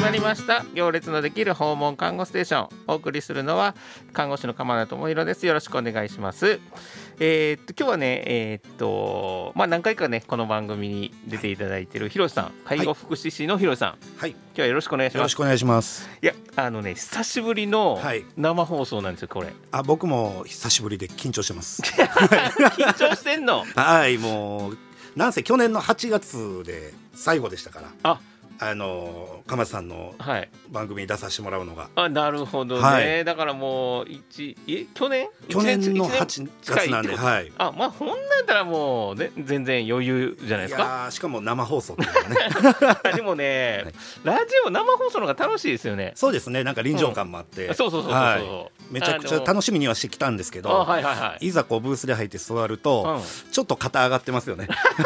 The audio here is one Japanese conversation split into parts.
まりました行列のできる訪問看護ステーション。お送りするのは看護師の鎌田智博です。よろしくお願いします。今日はね何回かねこの番組に出ていただいている広瀬さん、介護福祉士の広瀬さん、はい、今日はよろしくお願いします。 よろしくお願いします。 いや久しぶりの生放送なんですよこれ。 僕も久しぶりで緊張してます緊張してんのはい、もうなんせ去年の8月で最後でしたから。鎌田さんの番組に出させてもらうのが、 なるほどね、はい、だからもう去年の8月なんで、はい、 ほんなんやったらもう、ね、全然余裕じゃないですか。 いやしかも生放送っていうのがねでもね、はい、ラジオ生放送の方が楽しいですよね。 そうですね、なんか臨場感もあって、 そう、はい、 めちゃくちゃ楽しみにはしてきたんですけど、いざこうブースで入って座ると、ちょっと肩上がってますよね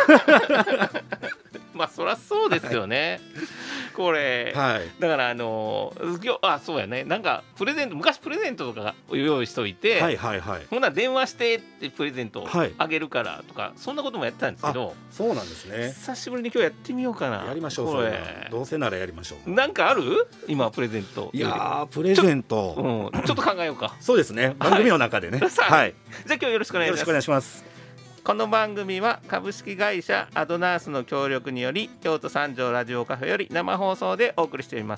そりゃそうですよね、これ、はい、だからそうやね、なんか昔プレゼントとか用意しといて、ほんなら電話してってプレゼントあげるからとか、そんなこともやってたんですけど。 そうなんですね。 久しぶりに今日やってみようかな。 やりましょう。それどうせならやりましょう。 なんかある今プレゼント。 いやプレゼントちょっと考えようか。 そうですね、番組の中でね、はい、 じゃあ今日よろしくお願いします。 よろしくお願いします。 この番組は株式会社アドナースの協力により京都三条ラジオカフェより生放送でお送りしています。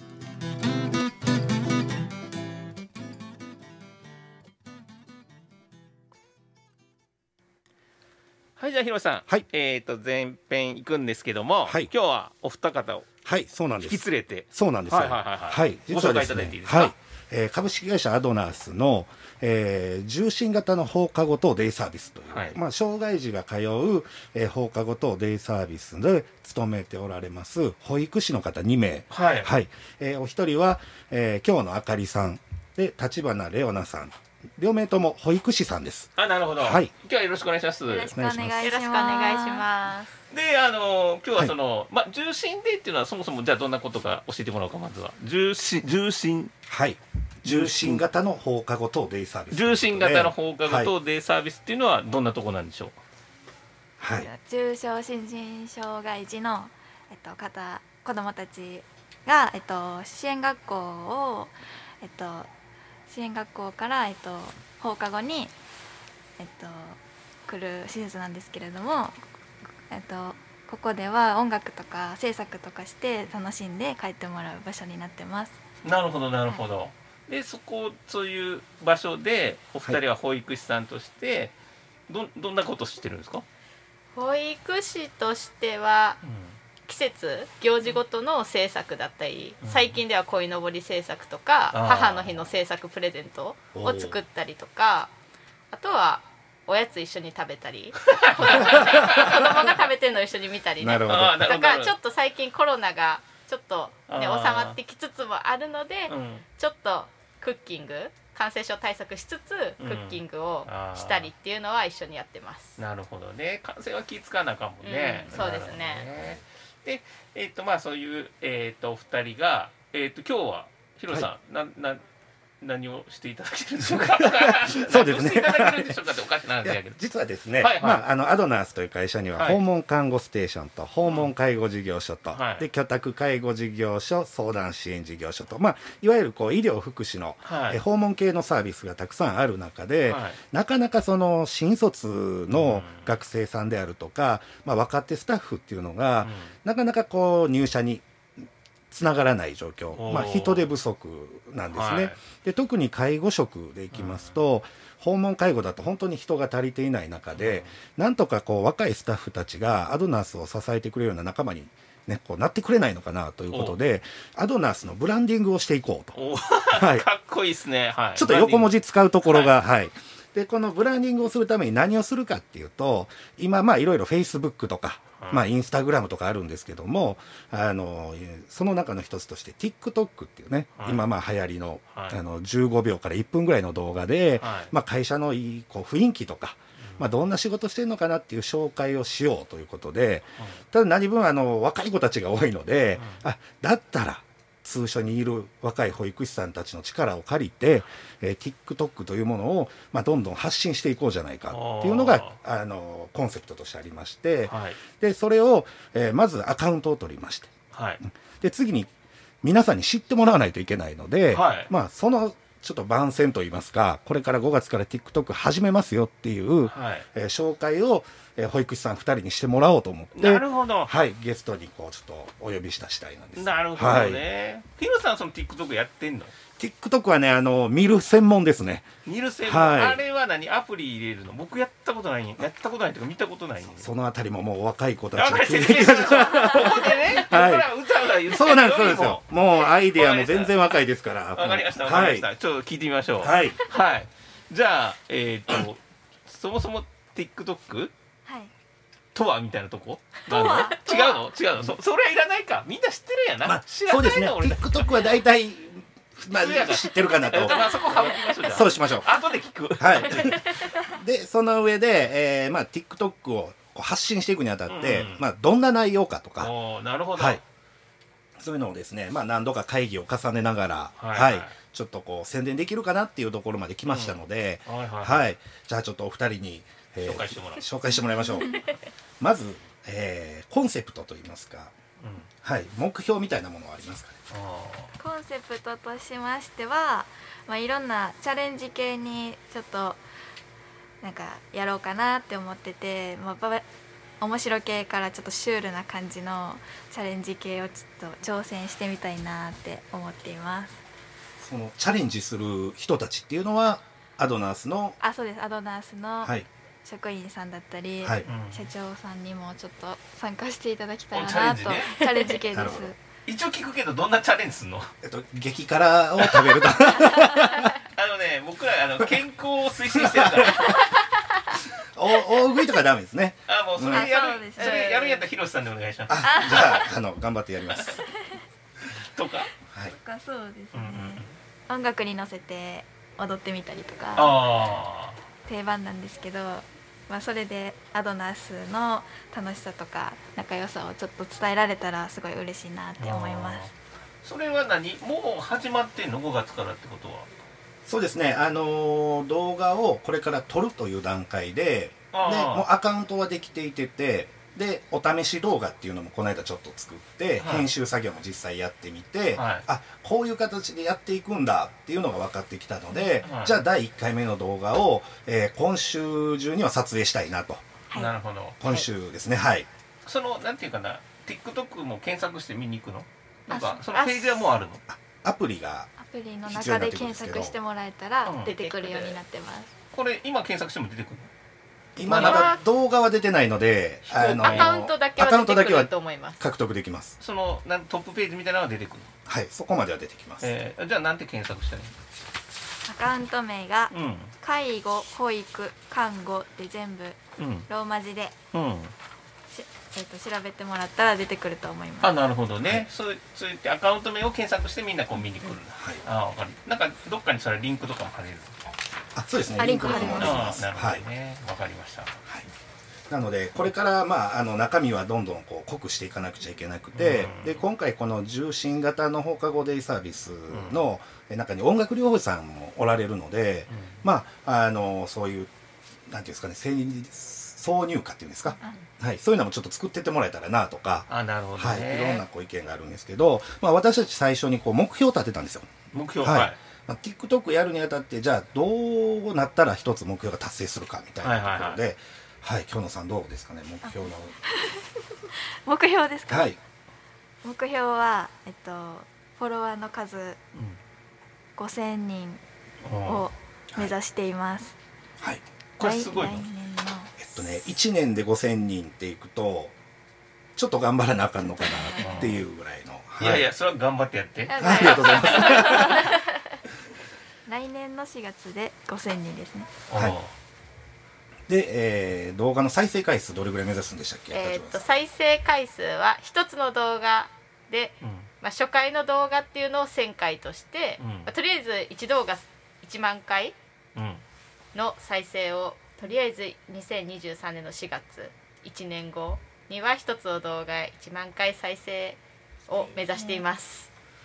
はい、じゃあ広瀬さん、はい、前編行くんですけども、はい、今日はお二方を引き連れて、 そうなんですよ、 はい、ご紹介いただいていいですか。 はい、株式会社アドナースの、重心型の放課後等デイサービスという、障害児が通う、放課後等デイサービスで勤めておられます保育士の方2名、お一人は、京野あかりさんで立花レオナさん、両名とも保育士さんです。 なるほど、はい、今日はよろしくお願いします。 よろしくお願いします。 で今日はその、重心デイっていうのはそもそもじゃあどんなことか教えてもらおうか。まずは重心、 はい、重心型の放課後等デイサービス、 重心型の放課後等デイサービスっていうのはどんなところなんでしょう。 はい、重症心身障害児の、子どもたちが、支援学校から、放課後に、来る施設なんですけれども、ここでは音楽とか制作とかして楽しんで帰ってもらう場所になってます。 なるほどなるほど、はい、でそういう場所でお二人は保育士さんとして、どんなことしてるんですか。 保育士としては、季節行事ごとの制作だったり、最近では鯉のぼり制作とか、母の日の制作プレゼントを作ったりとか、あとはおやつ一緒に食べたり子供が食べてるのを一緒に見たりね。だからちょっと最近コロナがちょっと、ね、収まってきつつもあるので、ちょっとクッキング、感染症対策しつつクッキングをしたりっていうのは一緒にやってます。 なるほどね、感染は気ぃつかなあかんもんね。 そうですね。 でそういう、お二人が、今日は広瀬さん、何をしていただけるんでしょうか。 そうですね。 何をしていただけるんでしょうかっておかしな話だけど。 実はですね、アドナースという会社には訪問看護ステーションと訪問介護事業所と、で居宅介護事業所、相談支援事業所と、いわゆる医療福祉の、訪問系のサービスがたくさんある中で、なかなかその新卒の学生さんであるとか、若手スタッフっていうのが、なかなかこう入社につながらない状況、人手不足なんですね。で特に介護職でいきますと、訪問介護だと本当に人が足りていない中で、なんとかこう若いスタッフたちがアドナースを支えてくれるような仲間に、こうなってくれないのかなということで、アドナースのブランディングをしていこうと。 かっこいいですね。 ちょっと横文字使うところが、でこのブランディングをするために何をするかっていうと、今いろいろフェイスブックとか、インスタグラムとかあるんですけども、その中の一つとして TikTok っていうね、今流行りの、15秒から1分ぐらいの動画で、会社のいいこう雰囲気とか、どんな仕事してるのかなっていう紹介をしようということで、ただ何分若い子たちが多いので、だったら通所にいる若い保育士さんたちの力を借りて、TikTok というものを、どんどん発信していこうじゃないかっていうのがコンセプトとしてありまして、でそれを、まずアカウントを取りまして、で次に皆さんに知ってもらわないといけないので、 はい、 まあそのちょっと番宣といいますか、これから5月から TikTok 始めますよっていう、 はい、 紹介を、保育士さん2人にしてもらおうと思って、 なるほど、 はい、ゲストにこうちょっとお呼びした次第なんです。 なるほどね。ヒロさんその TikTok やってんの ？TikTok はね、見る専門ですね。 見る専門、はい、あれは何アプリ入れるの？僕やったことないというか見たことない。 そのあたりももう若い子たちに聞いてきましょう。ここでね、はい、歌言ってるそうなんです、そうですよ。もうアイデアも全然若いですから。 わかりました、わかりました、はい、ちょっと聞いてみましょう。はい、はい、じゃあそもそも TikTok、はい、とはみたいなとこ？違うの？それはいらないか。みんな知ってるやな。 まあ、そうですね。TikTok は大体まあ、知ってるかなと。 まあそこ省きましょう。 そうしましょう。 後で聞く。 はい。でその上で、まあ TikTok を発信していくにあたって、まあどんな内容かとか。 なるほど。 はい。そういうのをですね、まあ何度か会議を重ねながら、はい。ちょっとこう宣伝できるかなっていうところまで来ましたので、はい。じゃあちょっとお二人に紹介してもらいましょう。まずコンセプトといいますか、はい、目標みたいなものはありますかね？ コンセプトとしましては、まあ、いろんなチャレンジ系にちょっとなんかやろうかなって思ってて、まあ、面白系からちょっとシュールな感じのチャレンジ系をちょっと挑戦してみたいなって思っています。 そのチャレンジする人たちっていうのはアドナースのそうです、アドナースの、はい、職員さんだったり、はい、社長さんにもちょっと参加していただきたいなと。チャレンジ系です。 一応聞くけどどんなチャレンジするの？ 激辛を食べると僕ら健康を推進してるから大食いとかダメですね。 もうそれやるんやったら広瀬さんでお願いします。 じゃあ頑張ってやりますとか、 はい、とかそうですね、音楽に乗せて踊ってみたりとか定番なんですけど、まあ、それでアドナースの楽しさとか仲良さをちょっと伝えられたらすごい嬉しいなって思います。 それはもう始まってんの？5月からってことは？ そうですね、動画をこれから撮るという段階で、もうアカウントはできていて、でお試し動画っていうのもこの間ちょっと作って、編集作業も実際やってみて、こういう形でやっていくんだっていうのが分かってきたので、じゃあ第1回目の動画を、今週中には撮影したいなと。 なるほど。 今週ですね。はい。 なんていうかな、TikTok も検索して見に行くの？なんかそのページはもうあるの？ アプリの中で検索してもらえたら出てくるようになってます。 これ今検索しても出てくるの？ 今まだ動画は出てないので、 アカウントだけは出てくると思います。 獲得できます。 トップページみたいなのが出てくる。 はい、そこまでは出てきます。 じゃあなんて検索したらいいの？アカウント名が、介護、保育、看護で全部ローマ字で、調べてもらったら出てくると思います。 なるほどね。はい、そういってアカウント名を検索してみんなこう見に来る。はい。わかる。なんかどっかにそれリンクとかも貼れる。 そうですね。 リンク貼れます。 なるほどね。わかりました。はい。 なのでこれから中身はどんどんこう濃くしていかなくちゃいけなくて、で今回この重心型の放課後デイサービスの中に音楽療法士さんもおられるので、そういうなんていうんですかね、挿入歌っていうんですか、はい、そういうのもちょっと作ってってもらえたらなとか、 なるほどね。 はい、いろんな意見があるんですけど、私たち最初にこう目標を立てたんですよ。 目標、 はい。TikTok やるにあたってじゃあどうなったら一つ目標が達成するかみたいなところで、はい、京野さんどうですかね、目標の目標ですか？ はい。 目標はフォロワーの数5000人を目指しています。 はい。これすごいの。 1年で5000人っていくとちょっと頑張らなあかんのかなっていうぐらいの。 いやそれは頑張ってやって。 ありがとうございます。 来年の4月で5000人ですね。 はい。で、動画の再生回数どれぐらい目指すんでしたっけ？ 再生回数は一つの動画で、初回の動画っていうのを1000回として、とりあえず1動画1万回の再生をとりあえず2023年の4月1年後には一つの動画1万回再生を目指しています。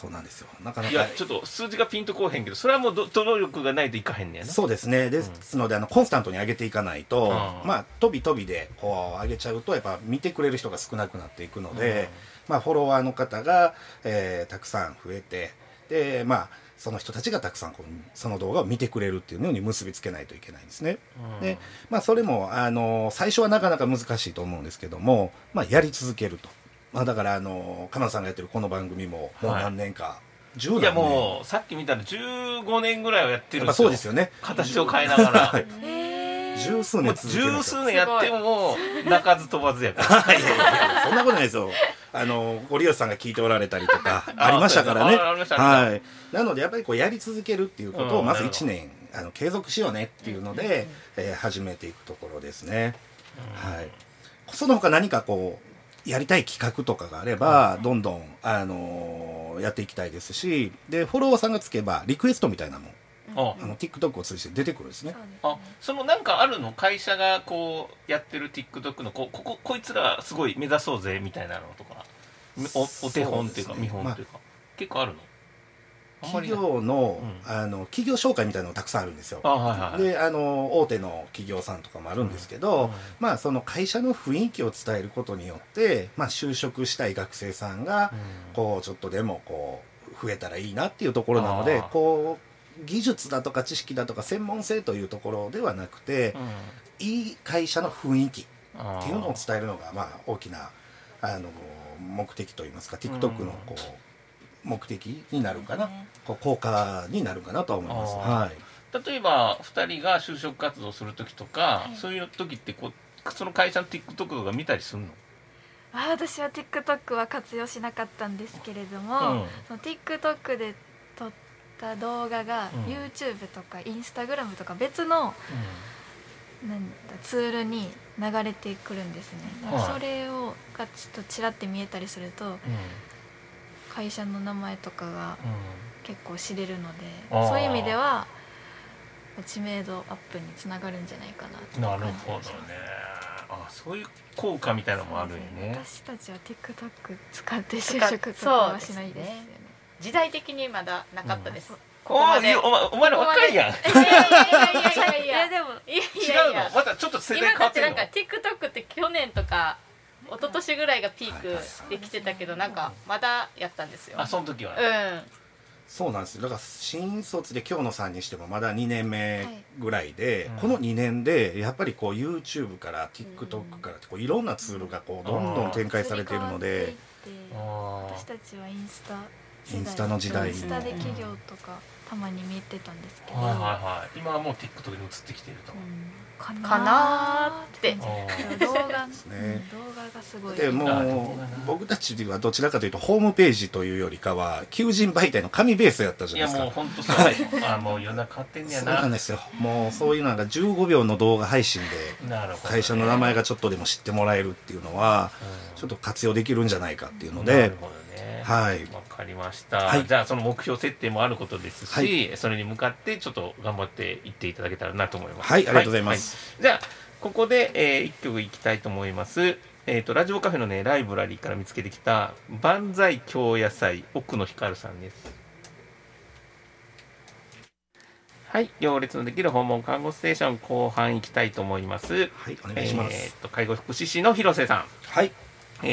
そうなんですよ。なかなかいやちょっと数字がピンとこうへんけど、それはもう努力がないといかへんねやな。 そうですね。ですのでコンスタントに上げていかないと、まあ飛び飛びでこう上げちゃうとやっぱ見てくれる人が少なくなっていくので、まあフォロワーの方が、たくさん増えて、でまあその人たちがたくさんその動画を見てくれるっていうのに結びつけないといけないんですね。でまあそれも最初はなかなか難しいと思うんですけども、まあやり続けると。まあ、だから鎌田さんがやってるこの番組ももう何年か、10年。 いやもうさっき見たら15年ぐらいはやってるんですよ。 そうですよね。 形を変えながら十数年続ける。 十数年やっても鳴かず飛ばずやからいやいやそんなことないですよ。堀吉さんが聞いておられたりとかありましたからね。はい。なのでやっぱりやり続けるっていうことをまず1年継続しようねっていうので、始めていくところですね。はい。その他何かやりたい企画とかがあればどんどんやっていきたいですし、でフォロワーさんがつけばリクエストみたいなもんTikTok を通じて出てくるんですね。 そのなんかあるの、会社がやってる TikTok のこいつらすごい目指そうぜみたいなのとか、お手本っていうか見本っていうか、結構あるの？ 企業の、企業紹介みたいなのたくさんあるんですよ。で大手の企業さんとかもあるんですけど、まあその会社の雰囲気を伝えることによって、まあ、就職したい学生さんがちょっとでも増えたらいいなっていうところなので、技術だとか知識だとか専門性というところではなくて、いい会社の雰囲気っていうのを伝えるのがまあ大きな目的といいますか、 TikTok の目的になるかな、効果になるかなと思います。はい、 例えば2人が就職活動する時とか、そういう時ってその会社の TikTok とか見たりするの？ 私は TikTok は活用しなかったんですけれども、その TikTok で撮った動画が YouTube とか Instagram とか別の、ツールに流れてくるんですね。それをちょっとちらって見えたりすると、会社の名前とかが結構知れるので、そういう意味では知名度アップにつながるんじゃないかなと。 なるほどね。そういう効果みたいなのもあるよね。 私たちは TikTok 使って就職とかはしないですよね。 時代的にまだなかったです。 お前ら若いやん。いやでも違うの。またちょっと世代変わってるの。 今だってなんか TikTok って去年とか一昨年ぐらいがピークできてたけど、なんかまだやったんですよ。 その時は。 そうなんですよ。だから新卒で京野さんにしてもまだ2年目ぐらいで、この2年でやっぱりYouTube から TikTok からいろんなツールがどんどん展開されているので、 私たちはインスタの時代、 インスタで企業とかたまに見えてたんですけど、 今はもう TikTok に移ってきていると。 かなーって動画がすごい。 でもう僕たちはどちらかというとホームページというよりかは求人媒体の紙ベースやったじゃないですか。 いやもう本当そうです。もう世の中変わってんねやな。 そうなんですよ。もうそういうのが15秒の動画配信で会社の名前がちょっとでも知ってもらえるっていうのはちょっと活用できるんじゃないかっていうので。 なるほどね。 はい。 わかりました。じゃあその目標設定もあることですし、それに向かってちょっと頑張っていっていただけたらなと思います。 はい、ありがとうございます。 じゃあここで、1曲いきたいと思います。ラジオカフェのねライブラリーから見つけてきた万歳京野菜奥野ひかるさんです。はい、行列のできる訪問看護ステーション後半いきたいと思います。 はい、お願いします。 介護福祉士の広瀬さん。 はい。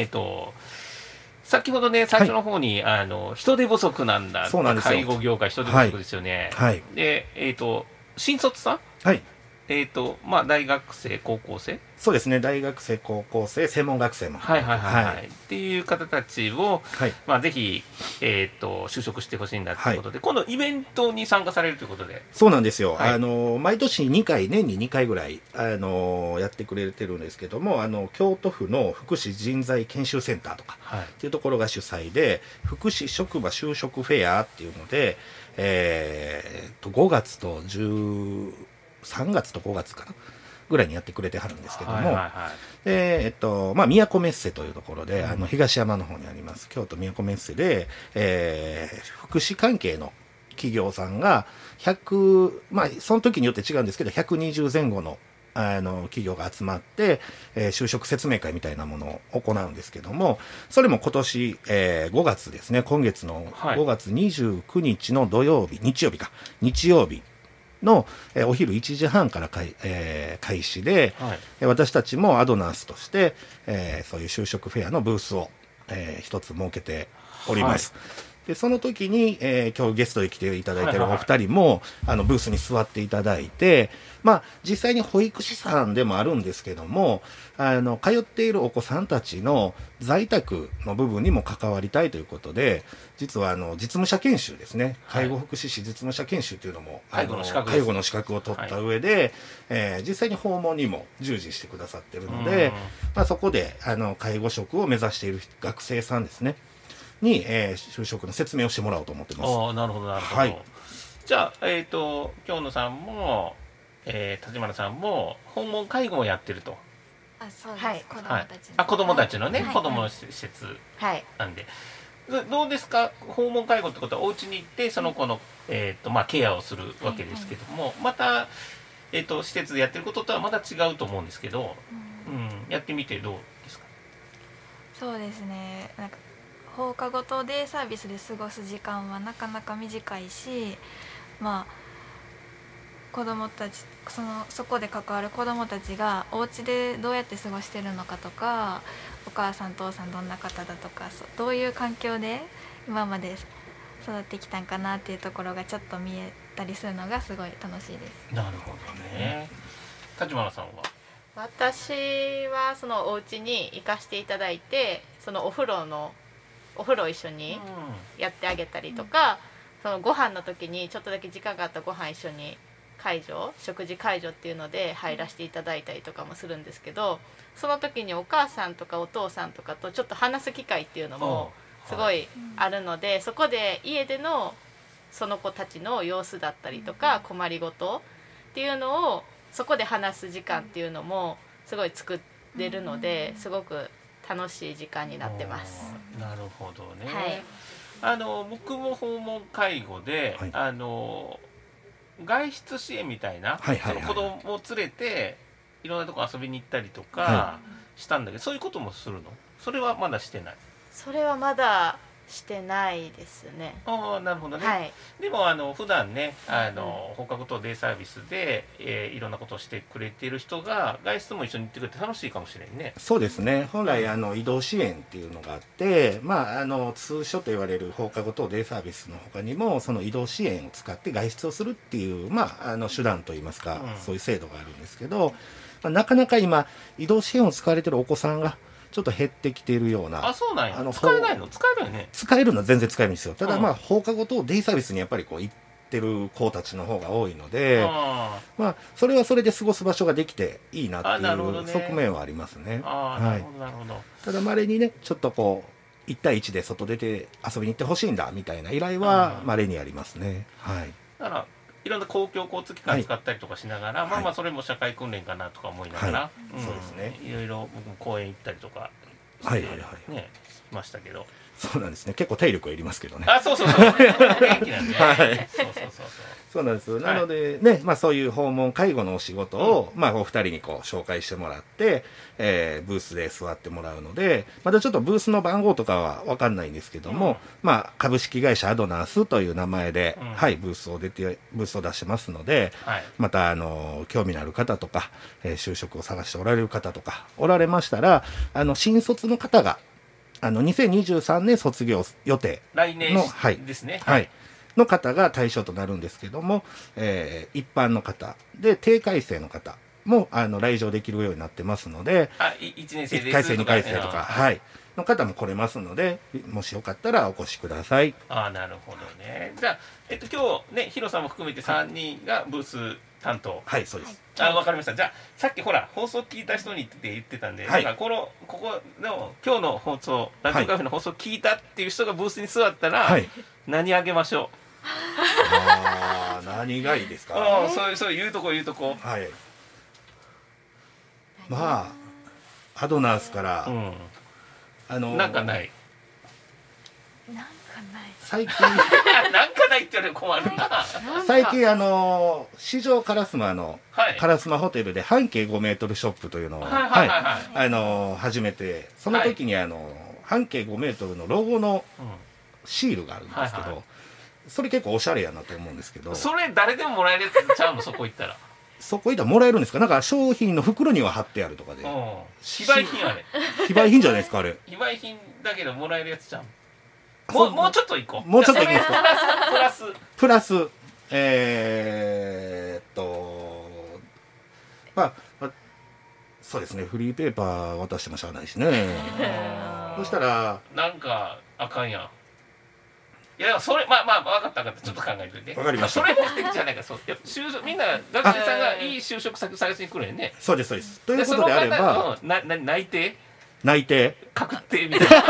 先ほどね最初の方に、人手不足なんだ。 そうなんですよ。 介護業界人手不足ですよね。 はい。 で新卒さん。はい。大学生高校生。 そうですね、大学生高校生専門学生もっていう方たちを、ぜひ、就職してほしいんだということで、今度イベントに参加されるということで。 そうなんですよ。毎年2回年に2回ぐらいやってくれてるんですけども、京都府の福祉人材研修センターとかっていうところが主催で、福祉職場就職フェアっていうので、5月と3月と5月かなぐらいにやってくれてはるんですけども、で宮古メッセというところで、東山の方にあります京都宮古メッセで、福祉関係の企業さんが100、その時によって違うんですけど120前後の企業が集まって、就職説明会みたいなものを行うんですけども、それも今年、5月ですね、今月の5月29日の日曜日の、お昼1時半から開始で、私たちもアドナースとして、そういう就職フェアのブースを、一つ設けております。でその時に、今日ゲストで来ていただいているお二人も、ブースに座っていただいて、実際に保育士さんでもあるんですけども、通っているお子さんたちの在宅の部分にも関わりたいということで、実は実務者研修ですね、介護福祉士実務者研修というのも、介護の資格を取った上で、実際に訪問にも従事してくださっているので、そこで介護職を目指している学生さんですねに、就職の説明をしてもらおうと思ってます。 なるほどなるほど、じゃあ、京野さんも、立花さんも訪問介護をやってると。 そうです、 子供たちのね、子供の施設なんで、どうですか、訪問介護ってことはお家に行ってその子の、ケアをするわけですけども、また、施設でやってることとはまた違うと思うんですけど、やってみてどうですか？ そうですね、放課後とデイサービスで過ごす時間はなかなか短いし、子どもたちそこで関わる子どもたちがお家でどうやって過ごしてるのかとか、お母さん父さんどんな方だとか、どういう環境で今まで育ってきたんかなっていうところがちょっと見えたりするのがすごい楽しいです。 なるほどね。立花さんは？ 私はそのお家に行かせていただいて、そのお風呂を一緒にやってあげたりとか、そのご飯の時にちょっとだけ時間があったらご飯一緒に食事介助っていうので入らせていただいたりとかもするんですけど、その時にお母さんとかお父さんとかとちょっと話す機会っていうのもすごいあるので、そこで家でのその子たちの様子だったりとか困りごとっていうのをそこで話す時間っていうのもすごい作れるので、すごく楽しい時間になってます。 なるほどね。僕も訪問介護で、外出支援みたいな、子供を連れていろんなとこ遊びに行ったりとかしたんだけど、そういうこともするの？それはまだしてない？ それはまだしてないですね。 なるほどね。でも普段ね、放課後等デイサービスで、いろんなことをしてくれている人が外出も一緒に行ってくれて楽しいかもしれんね。 そうですね。本来移動支援っていうのがあって、通所と言われる放課後等デイサービスの他にもその移動支援を使って外出をするっていう、手段といいますか、そういう制度があるんですけど、なかなか今移動支援を使われているお子さんがちょっと減ってきているような。 そうなんや。使えないの？使えるよね。 使えるのは全然使えるんですよ。ただ放課後とデイサービスにやっぱり行ってる子たちの方が多いので、それはそれで過ごす場所ができていいなっていう側面はありますね。 なるほどなるほど。 ただ稀にね、ちょっと1対1で外出て遊びに行ってほしいんだみたいな依頼は稀にありますね。 だからいろんな公共交通機関使ったりとかしながら、それも社会訓練かなとか思いながら、 そうですね。 いろいろ僕も公園行ったりとかねしましたけど。 そうなんですね。結構体力はいりますけどね。 そう元気なんで。 そうなんです。なのでね、そういう訪問介護のお仕事を、お二人に紹介してもらって、ブースで座ってもらうので、まだちょっとブースの番号とかは分かんないんですけども、株式会社アドナースという名前で、ブースを出してますので、また興味のある方とか、就職を探しておられる方とかおられましたら、新卒の方が2023年卒業予定の来年ですね。 の方が対象となるんですけども、一般の方で定回生の方も来場できるようになってますので、 1年生です 1回生2回生とか、の方も来れますので、もしよかったらお越しください。 なるほどね。じゃあ、今日ね、ヒロさんも含めて3人がブース担当。 そうです。 わかりました。じゃあさっきほら放送聞いた人にって言ってたんで、なんかここの今日の放送、ラジオカフェの放送聞いたっていう人がブースに座ったら、何あげましょう？何がいいですか？ そう言うとこ。 アドナースから、 なんかない。 最近なんかないって言われる困るな。 最近四条烏丸の烏丸ホテルで半径5メートルショップというのを始めて、その時に半径5メートルのロゴのシールがあるんですけど、それ結構おしゃれやなと思うんですけど、 それ誰でももらえるやつちゃうの？そこ行ったらそこ行ったらもらえるんですか？なんか商品の袋には貼ってあるとかで、 非売品あれ非売品じゃないですかあれ。 非売品だけどもらえるやつちゃう。もうちょっと行こう。 もうちょっと行きますか？プラスまあそうですね、フリーペーパー渡してもしゃあないしね。そしたらなんかあかんやん。いやそれまあ分かったちょっと考えておいて。 わかりました。 それ目的じゃないから、そうみんな学生さんがいい就職先探しに来るよね。 そうですそうです。ということであれば内定確定みたいな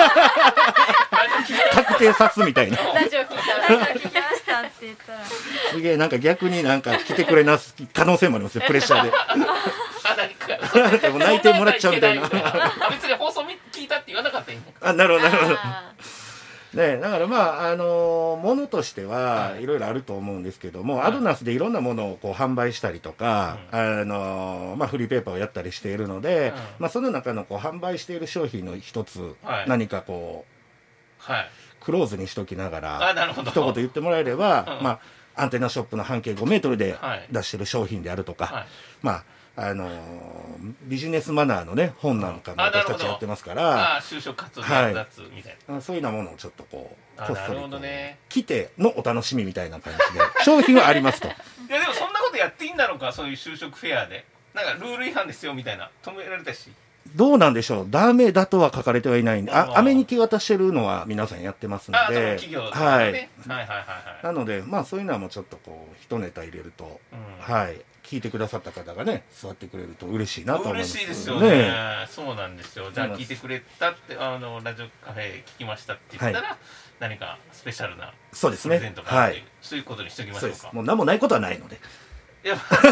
確定さすみたいな。 ラジオ聞い来ましたって言ったらすげえ、なんか逆になんか来てくれなす可能性もありますよ、プレッシャーで。でも内定もらっちゃうみたいな。 別に放送聞いたって言わなかったらいいの。 なるほどなるほど。ね、だからまあものとしてはいろいろあると思うんですけども、アドナスでいろんなものをこう販売したりとか、まあ、フリーペーパーをやったりしているので、まあ、その中のこう販売している商品の一つ、何かこう、クローズにしときながら一言言ってもらえれば、まあ、アンテナショップの半径5メートルで出している商品であるとか、まあビジネスマナーのね本なんかも私たちやってますから、 就職活動に役立つみたいな、 そういうようなものをちょっとこうこっそり来てのお楽しみみたいな感じで商品はありますと。 いやでもそんなことやっていいんだろうか、そういう就職フェアで。なんかルール違反ですよみたいな止められたし。 どうなんでしょう、ダメだとは書かれてはいないんで、アメに手渡してるのは皆さんやってますので、 企業とかね、 なのでまあそういうのはもうちょっとこう一ネタ入れると、聞いてくださった方がね座ってくれると嬉しいなと思います。 嬉しいですよね。そうなんですよ。じゃあ聞いてくれたってラジオカフェ聞きましたって言ったら、何かスペシャルなプレゼントがある、そういうことにしておきましょうか。 もう何もないことはないので。 じゃ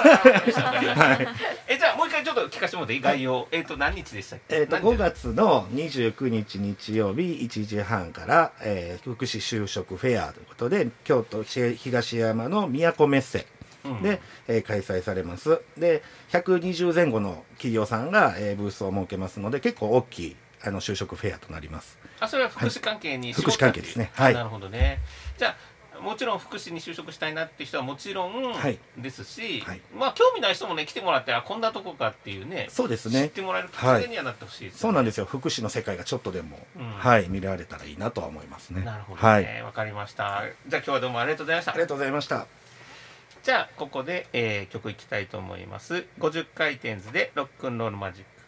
あもう一回ちょっと聞かせてもらっていい？概要。何日でしたっけ ？5月の29日日曜日1時半から、福祉就職フェアということで、京都東山の都メッセで、開催されます。で120前後の企業さんが、ブースを設けますので、結構大きい就職フェアとなります。 それは福祉関係に、 福祉関係ですね。 なるほどね。じゃあもちろん福祉に就職したいなっていう人はもちろんですし、まあ興味ない人もね来てもらって、こんなとこかっていうね、 そうですね、 知ってもらえるきっかけにはなってほしいですね。 そうなんですよ。福祉の世界がちょっとでも、見られたらいいなとは思いますね。 なるほどね、わかりました。じゃあ今日はどうもありがとうございました。 ありがとうございました。 じゃあここで、曲いきたいと思います。50回転図でロックンロールマジック。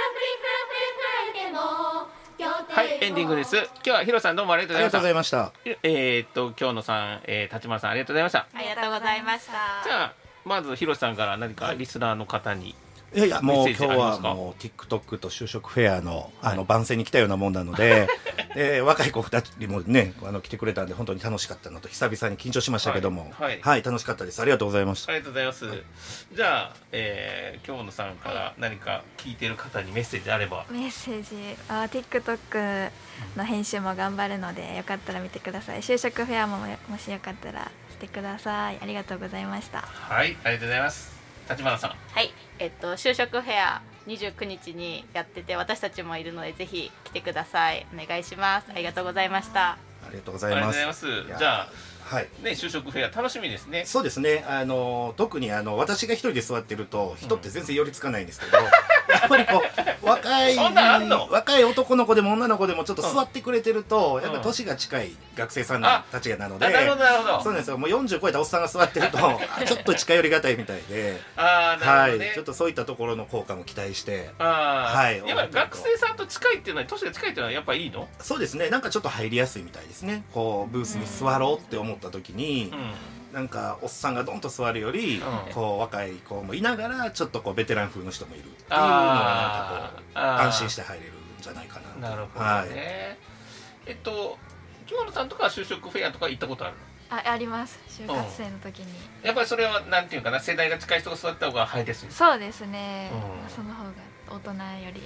はい、エンディングです。今日はヒロさんどうもありがとうございました。今日のさん、立花さんありがとうございました。 ありがとうございました。 じゃあまずヒロさんから何かリスナーの方に、 いやもう今日はもう TikTok と就職フェアの番宣に来たようなもんなので、若い子2人もね来てくれたんで本当に楽しかったのと、久々に緊張しましたけども、楽しかったです。ありがとうございました。 ありがとうございます。じゃあ、京野さんから何か聞いてる方にメッセージあれば。 メッセージTikTok の編集も頑張るので、よかったら見てください。就職フェアももしよかったら来てください。ありがとうございました。 はい、ありがとうございます。立花さん。 はい、就職フェア29日にやってて、私たちもいるのでぜひ来てください。お願いします。ありがとうございました。 ありがとうございます。 じゃあね、就職フェア楽しみですね。 そうですね。特に私が一人で座ってると人って全然寄りつかないんですけど、やっぱりこう若い男の子でも女の子でもちょっと座ってくれてると、やっぱり年が近い学生さんたちがなので、そうなんですよ。もう40超えたおっさんが座ってるとちょっと近寄りがたいみたいで、ちょっとそういったところの効果も期待して、 やっぱり学生さんと近いっていうのは、年が近いっていうのはやっぱりいいの？ そうですね。なんかちょっと入りやすいみたいですね。こうブースに座ろうって思った時に、なんかおっさんがドンと座るより、こう若い子もいながらちょっとこうベテラン風の人もいるっていうのはなんかこう安心して入れるんじゃないかな。 なるほどね。清野さんとかは就職フェアとか行ったことあるの？ あります。就活生の時に、 やっぱりそれはなんていうかな、世代が近い人が座った方が入りやすい。 そうですね、その方が大人より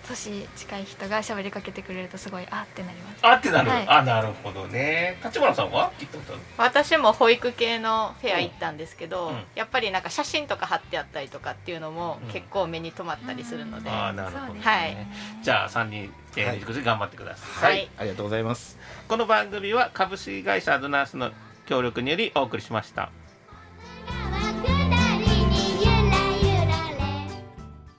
年近い人が喋りかけてくれるとすごいあってなります。 あってなる、 はい、 あ、なるほどね。立花さんは行ったことある？ 私も保育系のフェア行ったんですけど、やっぱりなんか写真とか貼ってあったりとかっていうのも結構目に留まったりするので、 あ、なるほどね。 はい、 じゃあ3人熟知頑張ってください。 はい、 ありがとうございます。 この番組は株式会社アドナースの協力によりお送りしました。